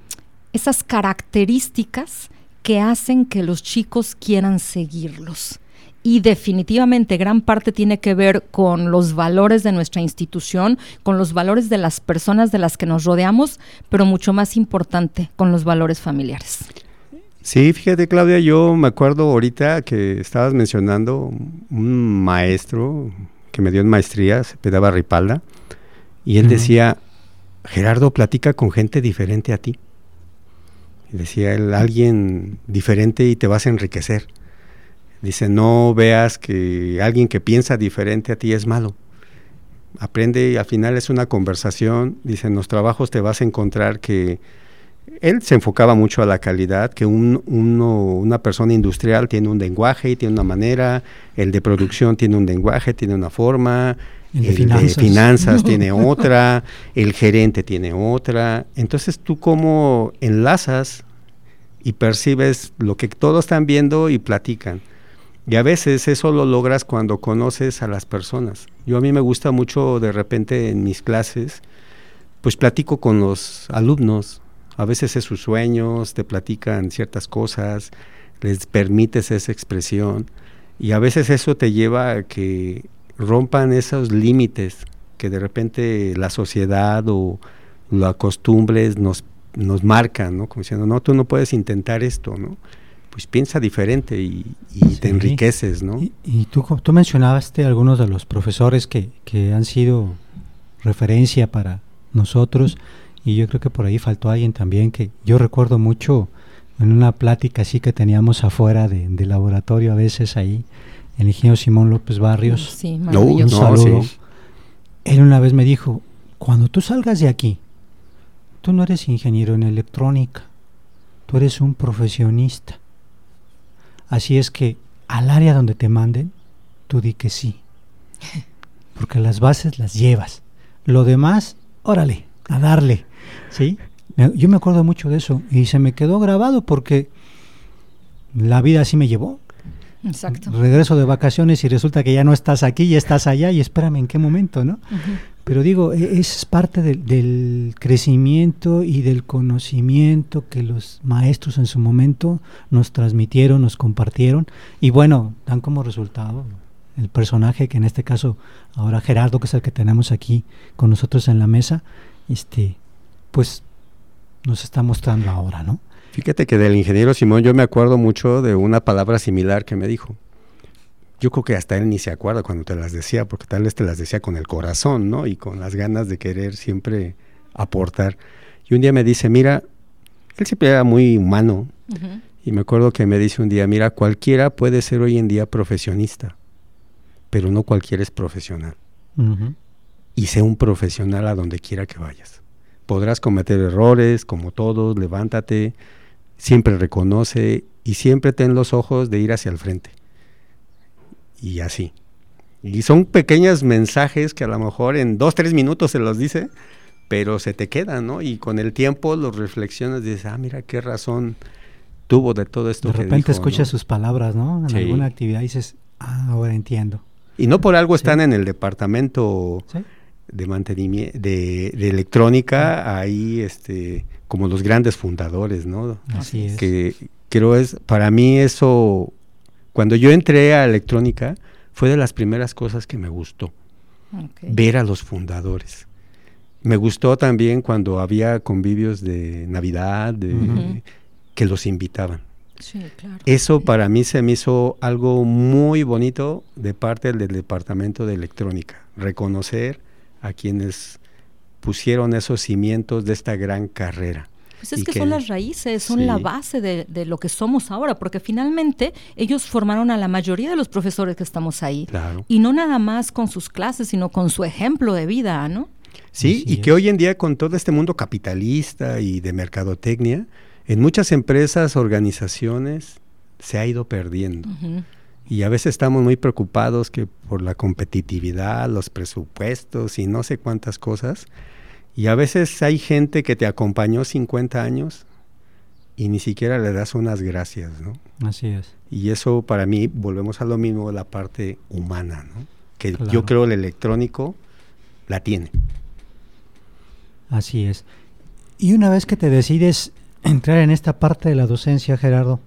características que hacen que los chicos quieran seguirlos. Y definitivamente gran parte tiene que ver con los valores de nuestra institución, con los valores de las personas de las que nos rodeamos, pero mucho más importante, con los valores familiares. Sí, fíjate, Claudia, yo me acuerdo ahorita que estabas mencionando un maestro que me dio en maestría, se apellidaba Ripalda, y él decía, Gerardo, platica con gente diferente a ti. Y decía él, alguien diferente y te vas a enriquecer. Dice, no veas que alguien que piensa diferente a ti es malo. Aprende, y al final es una conversación. Dice, en los trabajos te vas a encontrar que él se enfocaba mucho a la calidad, que una persona industrial tiene un lenguaje y tiene una manera, el de producción tiene un lenguaje, tiene una forma, el de finanzas tiene otra, el gerente tiene otra. Entonces, ¿tú cómo enlazas y percibes lo que todos están viendo y platican? Y a veces eso lo logras cuando conoces a las personas. A mí me gusta mucho, de repente en mis clases, pues platico con los alumnos. A veces es sus sueños, te platican ciertas cosas, les permites esa expresión, y a veces eso te lleva a que rompan esos límites que de repente la sociedad o las costumbres nos marcan, ¿no? Como diciendo, no, tú no puedes intentar esto, ¿no? Pues piensa diferente y te enriqueces, ¿no? Y tú mencionaste algunos de los profesores que han sido referencia para nosotros, y yo creo que por ahí faltó alguien también que yo recuerdo mucho en una plática así que teníamos afuera de laboratorio a veces ahí, el ingeniero Simón López Barrios. Sí, maravilloso. Un saludo. Sí. Él una vez me dijo, cuando tú salgas de aquí, tú no eres ingeniero en electrónica, tú eres un profesionista. Así es que al área donde te manden, tú di que sí, porque las bases las llevas. Lo demás, órale, a darle, ¿sí? Yo me acuerdo mucho de eso y se me quedó grabado porque la vida así me llevó. Exacto. Regreso de vacaciones y resulta que ya no estás aquí, ya estás allá y espérame en qué momento, ¿no? Pero digo, es parte del crecimiento y del conocimiento que los maestros en su momento nos transmitieron, nos compartieron, y bueno, dan como resultado el personaje que en este caso ahora Gerardo, que es el que tenemos aquí con nosotros en la mesa, pues nos está mostrando ahora, ¿no? Fíjate que del ingeniero Simón yo me acuerdo mucho de una palabra similar que me dijo. Yo creo que hasta él ni se acuerda cuando te las decía, porque tal vez te las decía con el corazón, ¿no? Y con las ganas de querer siempre aportar. Y un día me dice, mira, él siempre era muy humano, y me acuerdo que me dice un día, mira, cualquiera puede ser hoy en día profesionista, pero no cualquiera es profesional. Y sé un profesional a donde quiera que vayas. Podrás cometer errores, como todos, levántate, siempre reconoce y siempre ten los ojos de ir hacia el frente. Y así. Y son pequeños mensajes que a lo mejor en 2-3 minutos se los dice, pero se te quedan, ¿no? Y con el tiempo los reflexionas y dices, mira qué razón tuvo de todo esto que dijo. De repente escuchas, ¿no?, sus palabras, ¿no? En sí. alguna actividad y dices, ahora entiendo. Y no por algo están en el departamento de mantenimiento, de electrónica, ahí como los grandes fundadores, ¿no? Así es. Que creo para mí eso, cuando yo entré a electrónica, fue de las primeras cosas que me gustó, ver a los fundadores. Me gustó también cuando había convivios de Navidad, que los invitaban. Sí, claro. Eso para mí se me hizo algo muy bonito de parte del departamento de electrónica, reconocer a quienes pusieron esos cimientos de esta gran carrera. Pues es que son las raíces, son la base de lo que somos ahora, porque finalmente ellos formaron a la mayoría de los profesores que estamos ahí. Claro. Y no nada más con sus clases, sino con su ejemplo de vida, ¿no? Sí, y que hoy en día con todo este mundo capitalista y de mercadotecnia, en muchas empresas, organizaciones, se ha ido perdiendo. Uh-huh. Y a veces estamos muy preocupados que por la competitividad, los presupuestos y no sé cuántas cosas. Y a veces hay gente que te acompañó 50 años y ni siquiera le das unas gracias, ¿no? Así es. Y eso para mí, volvemos a lo mismo, la parte humana, ¿no? Que claro. Yo creo el electrónico la tiene. Así es. Y una vez que te decides entrar en esta parte de la docencia, Gerardo,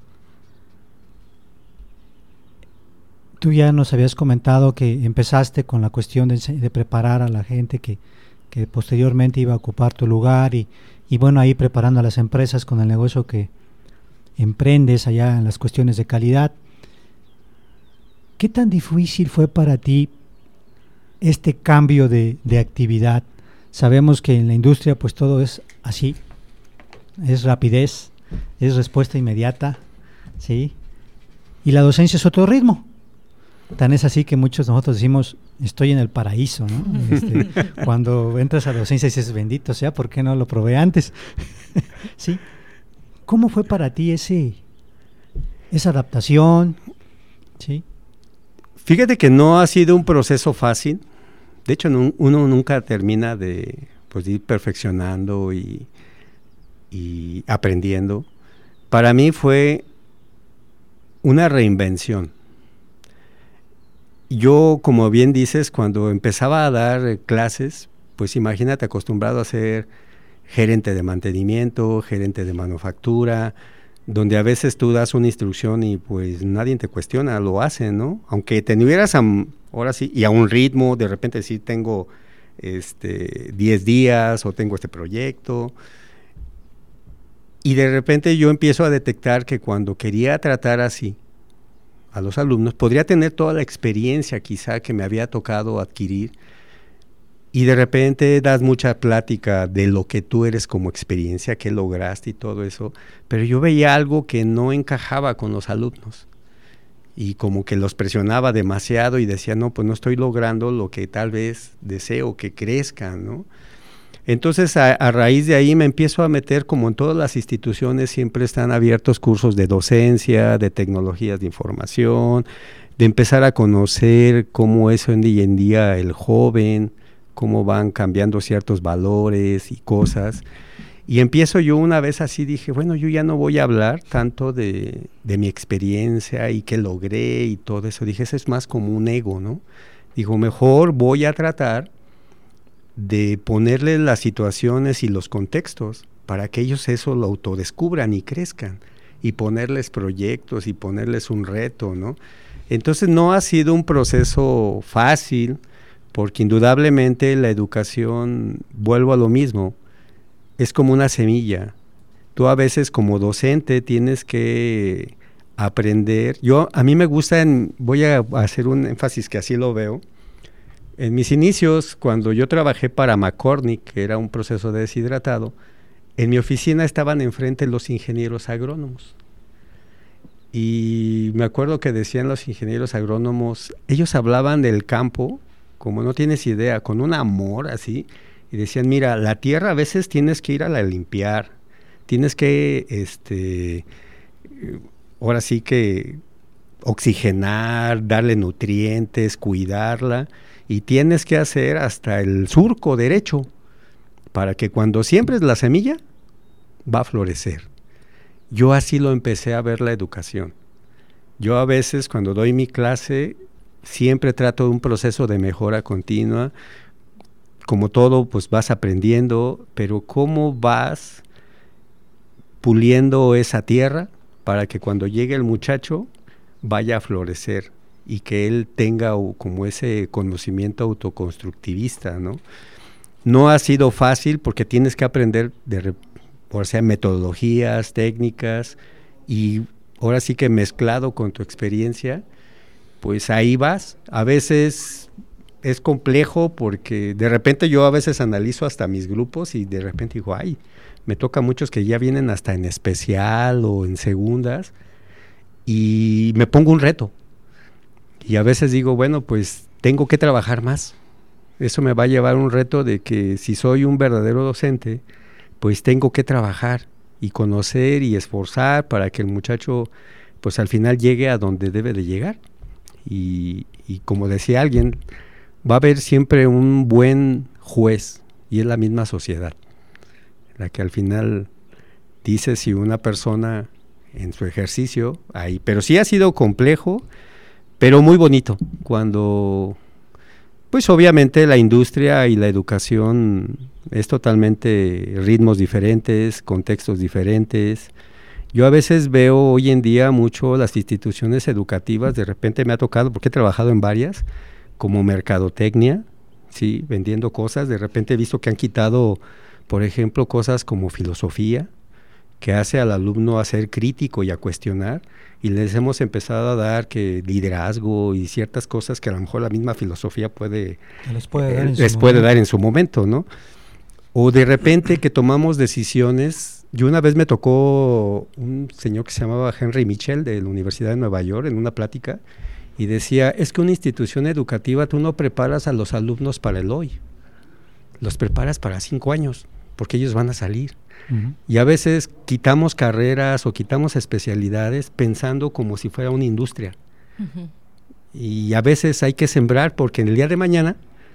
tú ya nos habías comentado que empezaste con la cuestión de preparar a la gente que posteriormente iba a ocupar tu lugar y bueno, ahí preparando a las empresas con el negocio que emprendes allá en las cuestiones de calidad. ¿Qué tan difícil fue para ti este cambio de actividad? Sabemos que en la industria pues todo es así, es rapidez, es respuesta inmediata, ¿sí? Y la docencia es otro ritmo. Tan es así que muchos de nosotros decimos, estoy en el paraíso, ¿no? Cuando entras a la docencia dices, bendito sea, ¿por qué no lo probé antes? ¿Sí? ¿Cómo fue para ti esa adaptación? ¿Sí? Fíjate que no ha sido un proceso fácil. De hecho, uno nunca termina de ir perfeccionando y aprendiendo. Para mí fue una reinvención. Yo, como bien dices, cuando empezaba a dar clases, pues imagínate acostumbrado a ser gerente de mantenimiento, gerente de manufactura, donde a veces tú das una instrucción y pues nadie te cuestiona, lo hacen, ¿no? Aunque te tuvieras ahora sí, y a un ritmo, de repente sí tengo 10 días o tengo este proyecto. Y de repente yo empiezo a detectar que cuando quería tratar así a los alumnos, podría tener toda la experiencia quizá que me había tocado adquirir y de repente das mucha plática de lo que tú eres como experiencia, qué lograste y todo eso, pero yo veía algo que no encajaba con los alumnos y como que los presionaba demasiado y decía, no, pues no estoy logrando lo que tal vez deseo que crezcan, ¿no? Entonces, a raíz de ahí me empiezo a meter, como en todas las instituciones, siempre están abiertos cursos de docencia, de tecnologías de información, de empezar a conocer cómo es hoy en día el joven, cómo van cambiando ciertos valores y cosas. Y empiezo yo una vez así, dije, bueno, yo ya no voy a hablar tanto de mi experiencia y qué logré y todo eso. Dije, eso es más como un ego, ¿no? Digo, mejor voy a tratar de ponerle las situaciones y los contextos para que ellos eso lo autodescubran y crezcan y ponerles proyectos y ponerles un reto, ¿no? Entonces no ha sido un proceso fácil porque indudablemente la educación, vuelvo a lo mismo, es como una semilla. Tú a veces como docente tienes que aprender. A mí me gusta, voy a hacer un énfasis que así lo veo. En mis inicios, cuando yo trabajé para McCormick, que era un proceso de deshidratado, en mi oficina estaban enfrente los ingenieros agrónomos. Y me acuerdo que decían los ingenieros agrónomos, ellos hablaban del campo, como no tienes idea, con un amor así, y decían, mira, la tierra a veces tienes que ir a limpiar, tienes que, ahora sí que oxigenar, darle nutrientes, cuidarla, y tienes que hacer hasta el surco derecho para que cuando siembres la semilla va a florecer. Yo así lo empecé a ver la educación. Yo a veces cuando doy mi clase siempre trato de un proceso de mejora continua. Como todo, pues vas aprendiendo, pero ¿cómo vas puliendo esa tierra para que cuando llegue el muchacho vaya a florecer y que él tenga como ese conocimiento autoconstructivista, ¿no? No ha sido fácil porque tienes que aprender metodologías, técnicas y ahora sí que mezclado con tu experiencia, pues ahí vas. A veces es complejo porque de repente yo a veces analizo hasta mis grupos y de repente digo, ay, me toca muchos que ya vienen hasta en especial o en segundas y me pongo un reto. Y a veces digo, bueno, pues tengo que trabajar más. Eso me va a llevar un reto de que si soy un verdadero docente, pues tengo que trabajar y conocer y esforzar para que el muchacho pues al final llegue a donde debe de llegar. Y como decía alguien, va a haber siempre un buen juez y es la misma sociedad, la que al final dice si una persona en su ejercicio, ahí, pero sí ha sido complejo, pero muy bonito, cuando pues obviamente la industria y la educación es totalmente ritmos diferentes, contextos diferentes. Yo a veces veo hoy en día mucho las instituciones educativas, de repente me ha tocado, porque he trabajado en varias, como mercadotecnia, sí, vendiendo cosas, de repente he visto que han quitado, por ejemplo, cosas como filosofía, que hace al alumno a ser crítico y a cuestionar, y les hemos empezado a dar que liderazgo y ciertas cosas que a lo mejor la misma filosofía les puede dar en su momento, ¿no? O de repente que tomamos decisiones. Yo una vez me tocó un señor que se llamaba Henry Mitchell de la Universidad de Nueva York en una plática y decía, es que una institución educativa tú no preparas a los alumnos para el hoy, los preparas para 5 años, porque ellos van a salir. Uh-huh. Y a veces quitamos carreras o quitamos especialidades pensando como si fuera una industria. Uh-huh. Y a veces hay que sembrar porque en el día de mañana,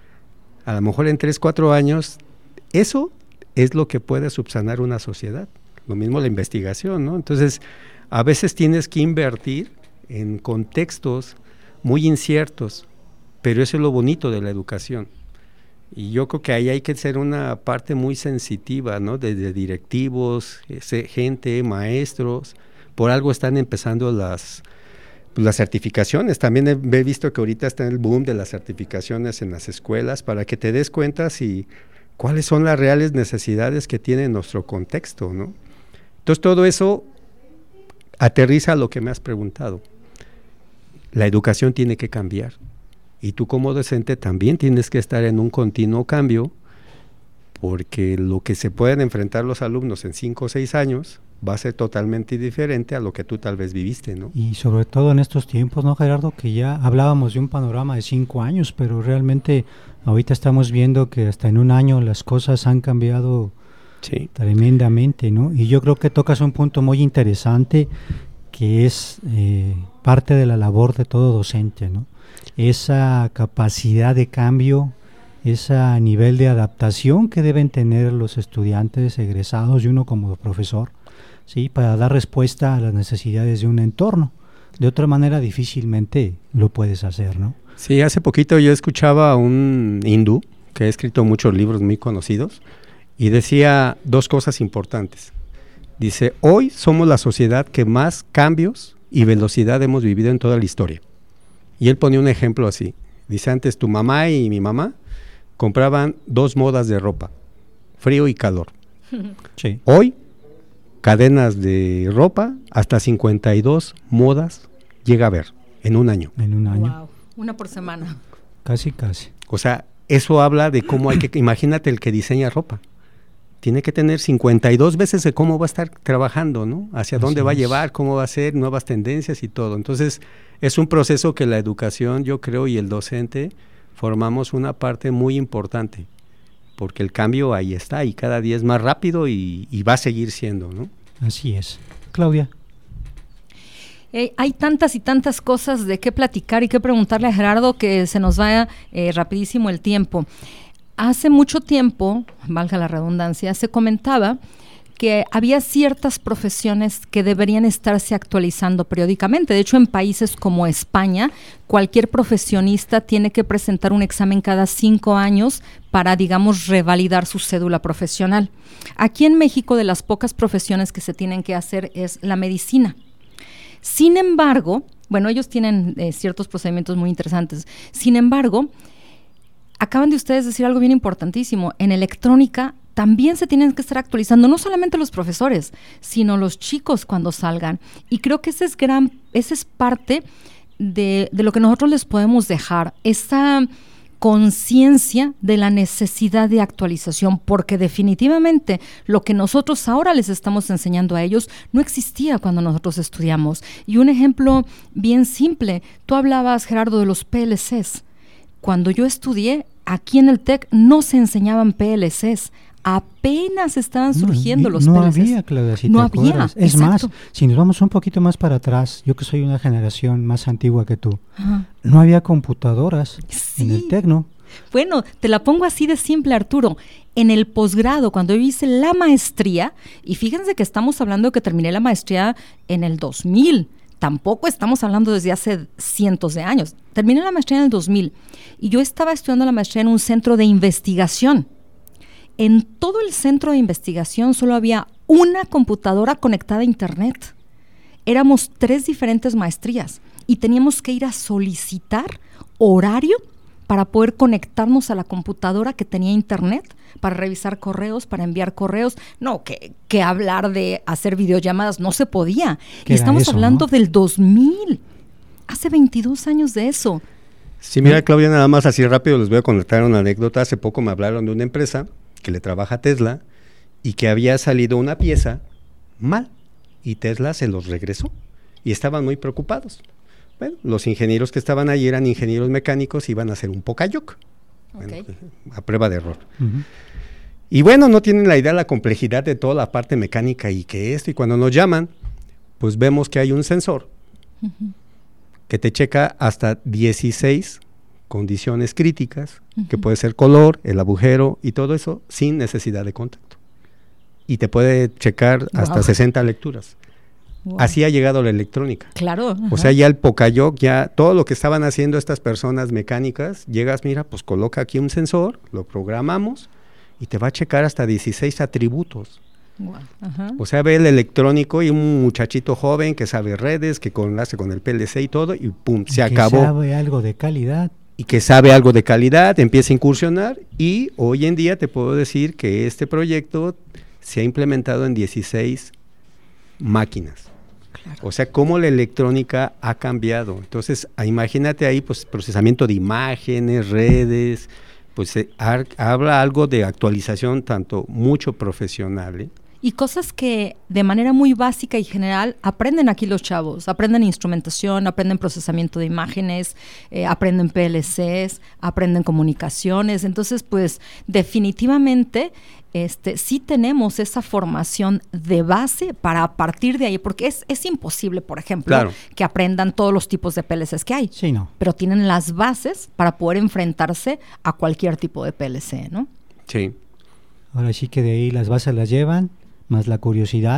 a lo mejor en 3, 4 años, eso es lo que puede subsanar una sociedad. Lo mismo la investigación, ¿no? Entonces, a veces tienes que invertir en contextos muy inciertos, pero eso es lo bonito de la educación. Y yo creo que ahí hay que ser una parte muy sensitiva, ¿no? Desde directivos, gente, maestros, por algo están empezando las certificaciones. También he visto que ahorita está el boom de las certificaciones en las escuelas para que te des cuenta si cuáles son las reales necesidades que tiene nuestro contexto, ¿no? Entonces todo eso aterriza a lo que me has preguntado. La educación tiene que cambiar y tú como docente también tienes que estar en un continuo cambio porque lo que se pueden enfrentar los alumnos en 5 o 6 años va a ser totalmente diferente a lo que tú tal vez viviste, ¿no? Y sobre todo en estos tiempos, ¿no, Gerardo? Que ya hablábamos de un panorama de 5 años, pero realmente ahorita estamos viendo que hasta en un año las cosas han cambiado tremendamente, ¿no? Y yo creo que tocas un punto muy interesante que es parte de la labor de todo docente, ¿no? Esa capacidad de cambio, ese nivel de adaptación que deben tener los estudiantes egresados y uno como profesor, ¿sí? Para dar respuesta a las necesidades de un entorno. De otra manera difícilmente lo puedes hacer, ¿no? Sí, hace poquito yo escuchaba a un hindú que ha escrito muchos libros muy conocidos y decía 2 cosas importantes. Dice, hoy somos la sociedad que más cambios y velocidad hemos vivido en toda la historia. Y él ponía un ejemplo así. Dice, antes tu mamá y mi mamá compraban 2 modas de ropa, frío y calor. Sí. Hoy, cadenas de ropa, hasta 52 modas llega a haber en un año. En un año. Wow. Una por semana. Casi. O sea, eso habla de cómo hay que, imagínate el que diseña ropa. Tiene que tener 52 veces de cómo va a estar trabajando, ¿no? Hacia dónde va a llevar, cómo va a ser, nuevas tendencias y todo. Entonces, es un proceso que la educación, yo creo, y el docente formamos una parte muy importante, porque el cambio ahí está y cada día es más rápido y va a seguir siendo, ¿no? Así es. Claudia. Hay tantas y tantas cosas de qué platicar y qué preguntarle a Gerardo que se nos va rapidísimo el tiempo. Hace mucho tiempo, valga la redundancia, se comentaba que había ciertas profesiones que deberían estarse actualizando periódicamente. De hecho, en países como España, cualquier profesionista tiene que presentar un examen cada 5 años para, digamos, revalidar su cédula profesional. Aquí en México, de las pocas profesiones que se tienen que hacer es la medicina. Sin embargo, bueno, ellos tienen ciertos procedimientos muy interesantes. Sin embargo, acaban de ustedes decir algo bien importantísimo. En electrónica también se tienen que estar actualizando, no solamente los profesores, sino los chicos cuando salgan. Y creo que esa es parte de lo que nosotros les podemos dejar, esa conciencia de la necesidad de actualización, porque definitivamente lo que nosotros ahora les estamos enseñando a ellos no existía cuando nosotros estudiamos. Y un ejemplo bien simple, tú hablabas, Gerardo, de los PLCs. Cuando yo estudié, aquí en el TEC no se enseñaban PLCs, apenas estaban surgiendo los PLCs. No había, Claudia, si no te había, acuerdas. Es exacto. más, si nos vamos un poquito más para atrás, yo que soy una generación más antigua que tú, Ajá. no había computadoras Sí. en el TEC, ¿no? Bueno, te la pongo así de simple, Arturo. En el posgrado, cuando yo hice la maestría, y fíjense que estamos hablando de que terminé la maestría en el 2000, tampoco estamos hablando desde hace cientos de años. Terminé la maestría en el 2000 y yo estaba estudiando la maestría en un centro de investigación. En todo el centro de investigación solo había una computadora conectada a internet. Éramos 3 diferentes maestrías y teníamos que ir a solicitar horario para poder conectarnos a la computadora que tenía internet, para revisar correos, para enviar correos. No, que hablar de hacer videollamadas no se podía. Y estamos eso, hablando ¿no? del 2000, hace 22 años de eso. Sí, mira, Claudia, nada más así rápido les voy a contar una anécdota. Hace poco me hablaron de una empresa que le trabaja a Tesla y que había salido una pieza mal y Tesla se los regresó y estaban muy preocupados. Bueno, los ingenieros que estaban allí eran ingenieros mecánicos y iban a hacer un pocayoc, bueno, a prueba de error. Uh-huh. Y bueno, no tienen la idea de la complejidad de toda la parte mecánica y que esto, y cuando nos llaman, pues vemos que hay un sensor que te checa hasta 16 condiciones críticas, que puede ser color, el agujero y todo eso sin necesidad de contacto. Y te puede checar hasta 60 lecturas. Wow. Así ha llegado la electrónica. Claro. Ajá. O sea, ya el pocayoc, ya todo lo que estaban haciendo estas personas mecánicas, llegas, mira, pues coloca aquí un sensor, lo programamos y te va a checar hasta 16 atributos. Wow. Ajá. O sea, ve el electrónico y un muchachito joven que sabe redes, que enlace con el PLC y todo, y pum, se acabó. Que sabe algo de calidad. Y que sabe algo de calidad, empieza a incursionar, y hoy en día te puedo decir que este proyecto se ha implementado en 16 máquinas. Claro. O sea, cómo la electrónica ha cambiado. Entonces, imagínate ahí, pues, procesamiento de imágenes, redes, pues habla algo de actualización, tanto mucho profesional, ¿eh? Y cosas que de manera muy básica y general aprenden aquí los chavos. Aprenden instrumentación, aprenden procesamiento de imágenes, aprenden PLCs, aprenden comunicaciones. Entonces, pues definitivamente sí tenemos esa formación de base para a partir de ahí, porque es imposible, por ejemplo, claro, que aprendan todos los tipos de PLCs que hay. Sí, no. Pero tienen las bases para poder enfrentarse a cualquier tipo de PLC, ¿no? Sí. Ahora sí que de ahí las bases las llevan, más la curiosidad.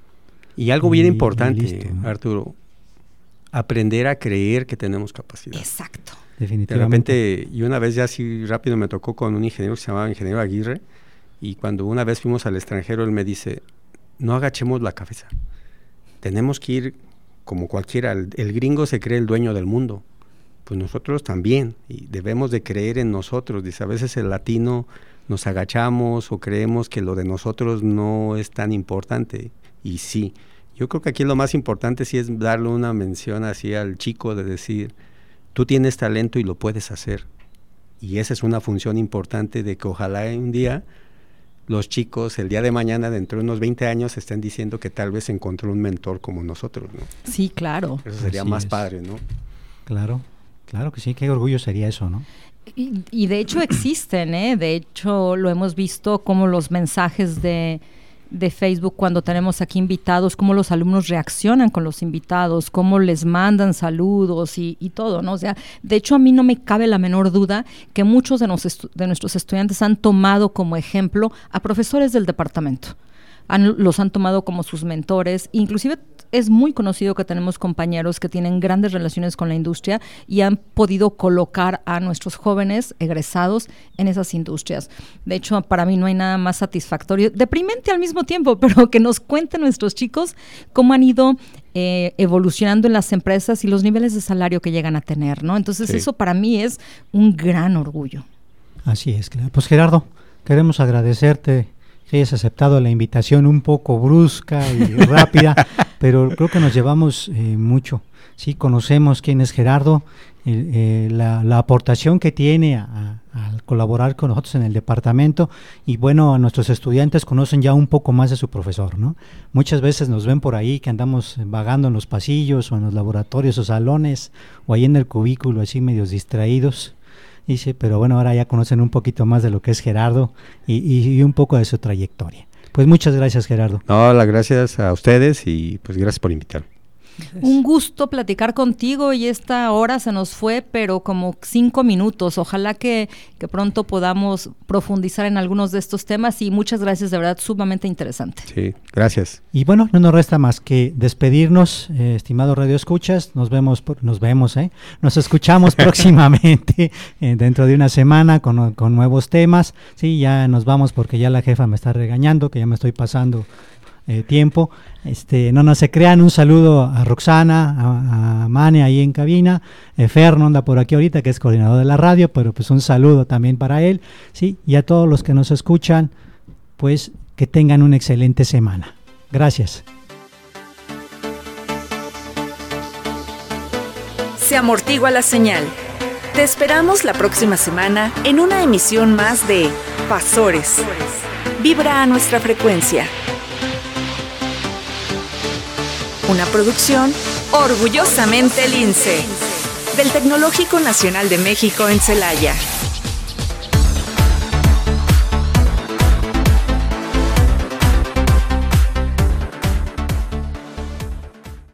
Y algo bien importante, listo, ¿no? Arturo, aprender a creer que tenemos capacidad. Exacto. Definitivamente. De repente, y una vez ya así rápido me tocó con un ingeniero que se llamaba Ingeniero Aguirre, y cuando una vez fuimos al extranjero, él me dice, no agachemos la cabeza, tenemos que ir como cualquiera, el gringo se cree el dueño del mundo, pues nosotros también, y debemos de creer en nosotros. Dice, a veces el latino nos agachamos o creemos que lo de nosotros no es tan importante, y sí, yo creo que aquí lo más importante sí es darle una mención así al chico de decir, tú tienes talento y lo puedes hacer, y esa es una función importante de que ojalá un día los chicos el día de mañana, dentro de unos 20 años, estén diciendo que tal vez encontró un mentor como nosotros, ¿no? Sí, claro. Eso sería Así más es. Padre, ¿no? Claro, claro que sí, qué orgullo sería eso, ¿no? Y de hecho existen, ¿eh? De hecho lo hemos visto como los mensajes de Facebook cuando tenemos aquí invitados, cómo los alumnos reaccionan con los invitados, cómo les mandan saludos y todo, ¿no? O sea, de hecho a mí no me cabe la menor duda que muchos de nuestros estudiantes han tomado como ejemplo a profesores del departamento. Los han tomado como sus mentores, inclusive es muy conocido que tenemos compañeros que tienen grandes relaciones con la industria y han podido colocar a nuestros jóvenes egresados en esas industrias. De hecho, para mí no hay nada más satisfactorio, deprimente al mismo tiempo, pero que nos cuenten nuestros chicos cómo han ido evolucionando en las empresas y los niveles de salario que llegan a tener, ¿no? Entonces, sí, eso para mí es un gran orgullo. Así es, claro. Pues Gerardo, queremos agradecerte Sí, has aceptado la invitación un poco brusca y rápida, pero creo que nos llevamos mucho. Sí, conocemos quién es Gerardo, la aportación que tiene al colaborar con nosotros en el departamento, y bueno, nuestros estudiantes conocen ya un poco más de su profesor, ¿no? Muchas veces nos ven por ahí que andamos vagando en los pasillos o en los laboratorios o salones o ahí en el cubículo así medios distraídos. Dice, pero bueno, ahora ya conocen un poquito más de lo que es Gerardo y un poco de su trayectoria. Pues muchas gracias, Gerardo. No, las gracias a ustedes y pues gracias por invitarme. Un gusto platicar contigo y esta hora se nos fue, pero como 5 minutos. Ojalá que pronto podamos profundizar en algunos de estos temas y muchas gracias, de verdad, sumamente interesante. Sí, gracias. Y bueno, no nos resta más que despedirnos, estimados radioescuchas. Nos escuchamos próximamente, dentro de una semana con nuevos temas. Sí, ya nos vamos porque ya la jefa me está regañando, que ya me estoy pasando tiempo. No se crean, un saludo a Roxana, a Mane ahí en cabina, Ferno anda por aquí ahorita, que es coordinador de la radio, pero pues un saludo también para él, sí, y a todos los que nos escuchan, pues que tengan una excelente semana. Gracias. Se amortigua la señal. Te esperamos la próxima semana en una emisión más de Fasores. Vibra a nuestra frecuencia. Una producción orgullosamente Lince, del Tecnológico Nacional de México en Celaya.